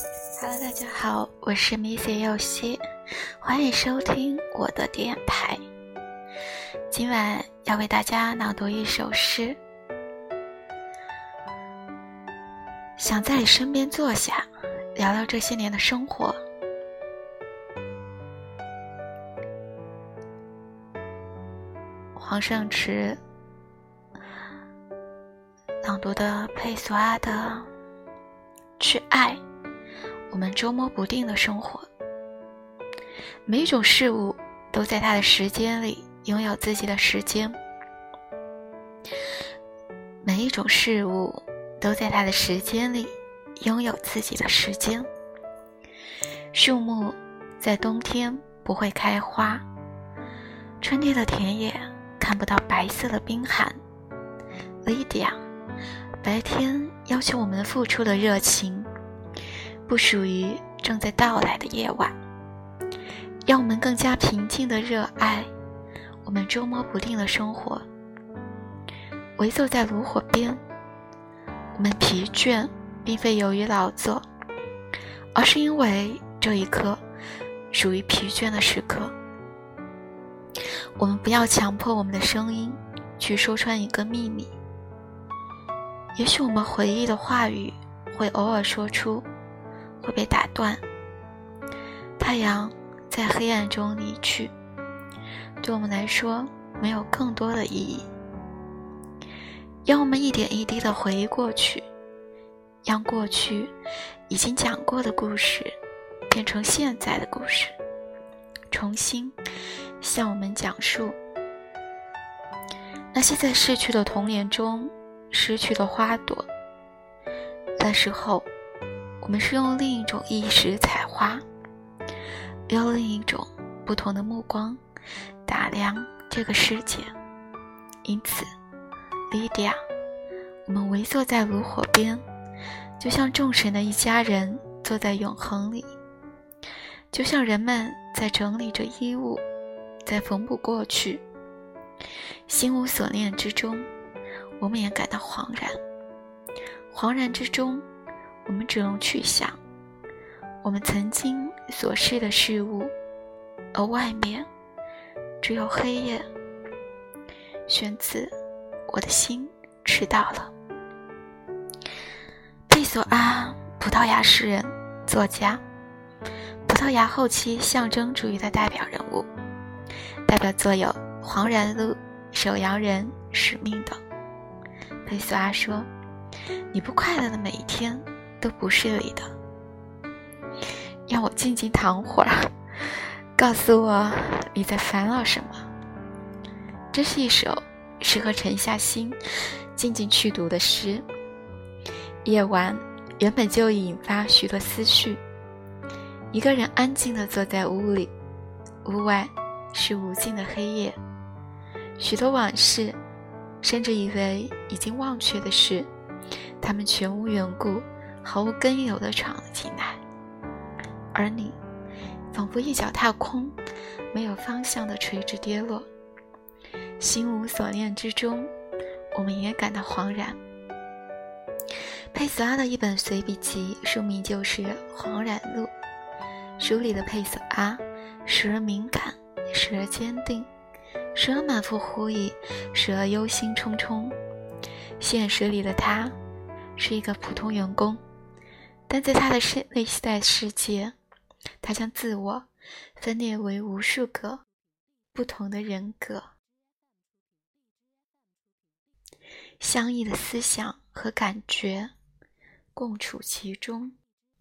Hello， 大家好，我是Missy右希，欢迎收听我的电台。今晚要为大家朗读一首诗。想在你身边坐下，聊聊这些年的生活。黄圣池朗读的佩索阿的《去爱我们捉摸不定的生活》。每一种事物都在它的时间里拥有自己的时间，每一种事物都在它的时间里拥有自己的时间。树木在冬天不会开花，春天的田野看不到白色的冰寒。Lydia， 白天要求我们付出的热情不属于正在到来的夜晚，让我们更加平静地热爱我们捉摸不定的生活。围坐在炉火边，我们疲倦并非由于劳作，而是因为这一刻属于疲倦的时刻。我们不要强迫我们的声音去说穿一个秘密，也许我们回忆的话语会偶尔说出，会被打断。太阳在黑暗中离去，对我们来说没有更多的意义。让我们一点一滴地回忆过去，让过去已经讲过的故事变成现在的故事，重新向我们讲述那些在逝去的童年中失去的花朵。那时候我们是用另一种意识采花，用另一种不同的目光打量这个世界。因此Lydia， 我们围坐在炉火边，就像众神的一家人坐在永恒里，就像人们在整理着衣物，在缝补过去。心无所念之中，我们也感到惶然。惶然之中，我们只能去想我们曾经所视的事物，而外面只有黑夜。选自我的心迟到了。佩索阿，葡萄牙诗人、作家，葡萄牙后期象征主义的代表人物，代表作有《黄然录》《守阳人》《使命》等。佩索阿说，你不快乐的每一天都不是你的。让我静静躺会儿，告诉我你在烦恼什么。这是一首适合沉下心静静去读的诗。夜晚原本就引发许多思绪，一个人安静地坐在屋里，屋外是无尽的黑夜，许多往事，甚至以为已经忘却的事，他们全无缘故毫无根由地闯了进来。而你仿佛一脚踏空，没有方向地垂直跌落。心无所念之中，我们也感到惶然。佩索阿的一本随笔集，书名就是《黄然录》。书里的佩索阿时而敏感，时而坚定，时而满腹狐疑，时而忧心忡忡。现实里的他是一个普通员工，但在他的内在世界，他将自我分裂为无数个不同的人格，相异的思想和感觉共处其中。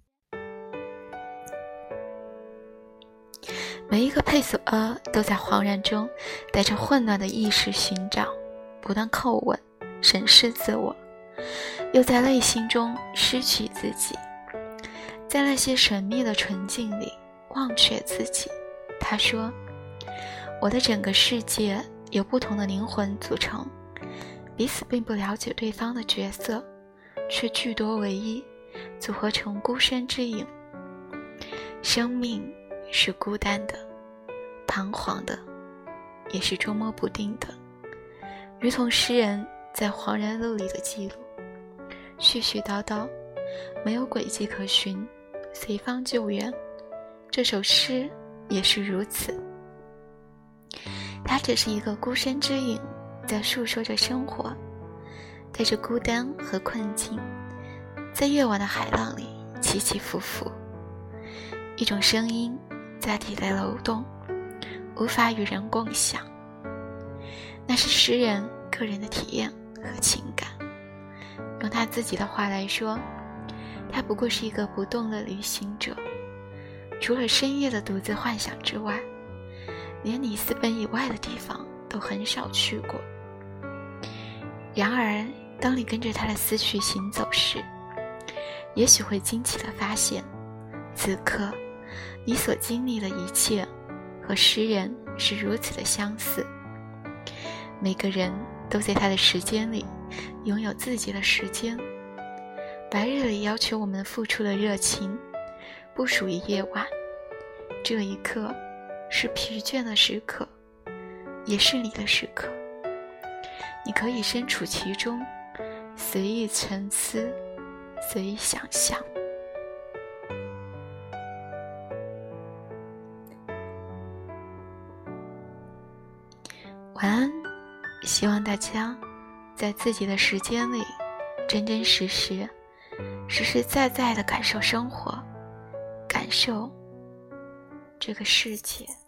每一个佩索阿都在惶然中带着混乱的意识寻找，不断叩问审视自我，又在内心中失去自己，在那些神秘的纯净里忘却自己。他说，我的整个世界由不同的灵魂组成，彼此并不了解对方的角色，却聚多为一，组合成孤身之影。生命是孤单的，彷徨的，也是捉摸不定的，如同诗人在《黄然录》里的记录，絮絮叨叨，没有轨迹可循， 随方救援。这首诗也是如此，它只是一个孤身之影，在诉说着生活，带着孤单和困境，在夜晚的海浪里起起伏伏。一种声音在体内流动，无法与人共享，那是诗人个人的体验和情感。用他自己的话来说，他不过是一个不动的旅行者，除了深夜的独自幻想之外，连里斯本以外的地方都很少去过。然而当你跟着他的思绪行走时，也许会惊奇地发现，此刻你所经历的一切和诗人是如此的相似。每个人都在他的时间里拥有自己的时间。白日里要求我们付出的热情不属于夜晚，这一刻是疲倦的时刻，也是你的时刻。你可以身处其中，随意沉思，随意想象。晚安，希望大家在自己的时间里真真实实、实实在在地感受生活，感受这个世界。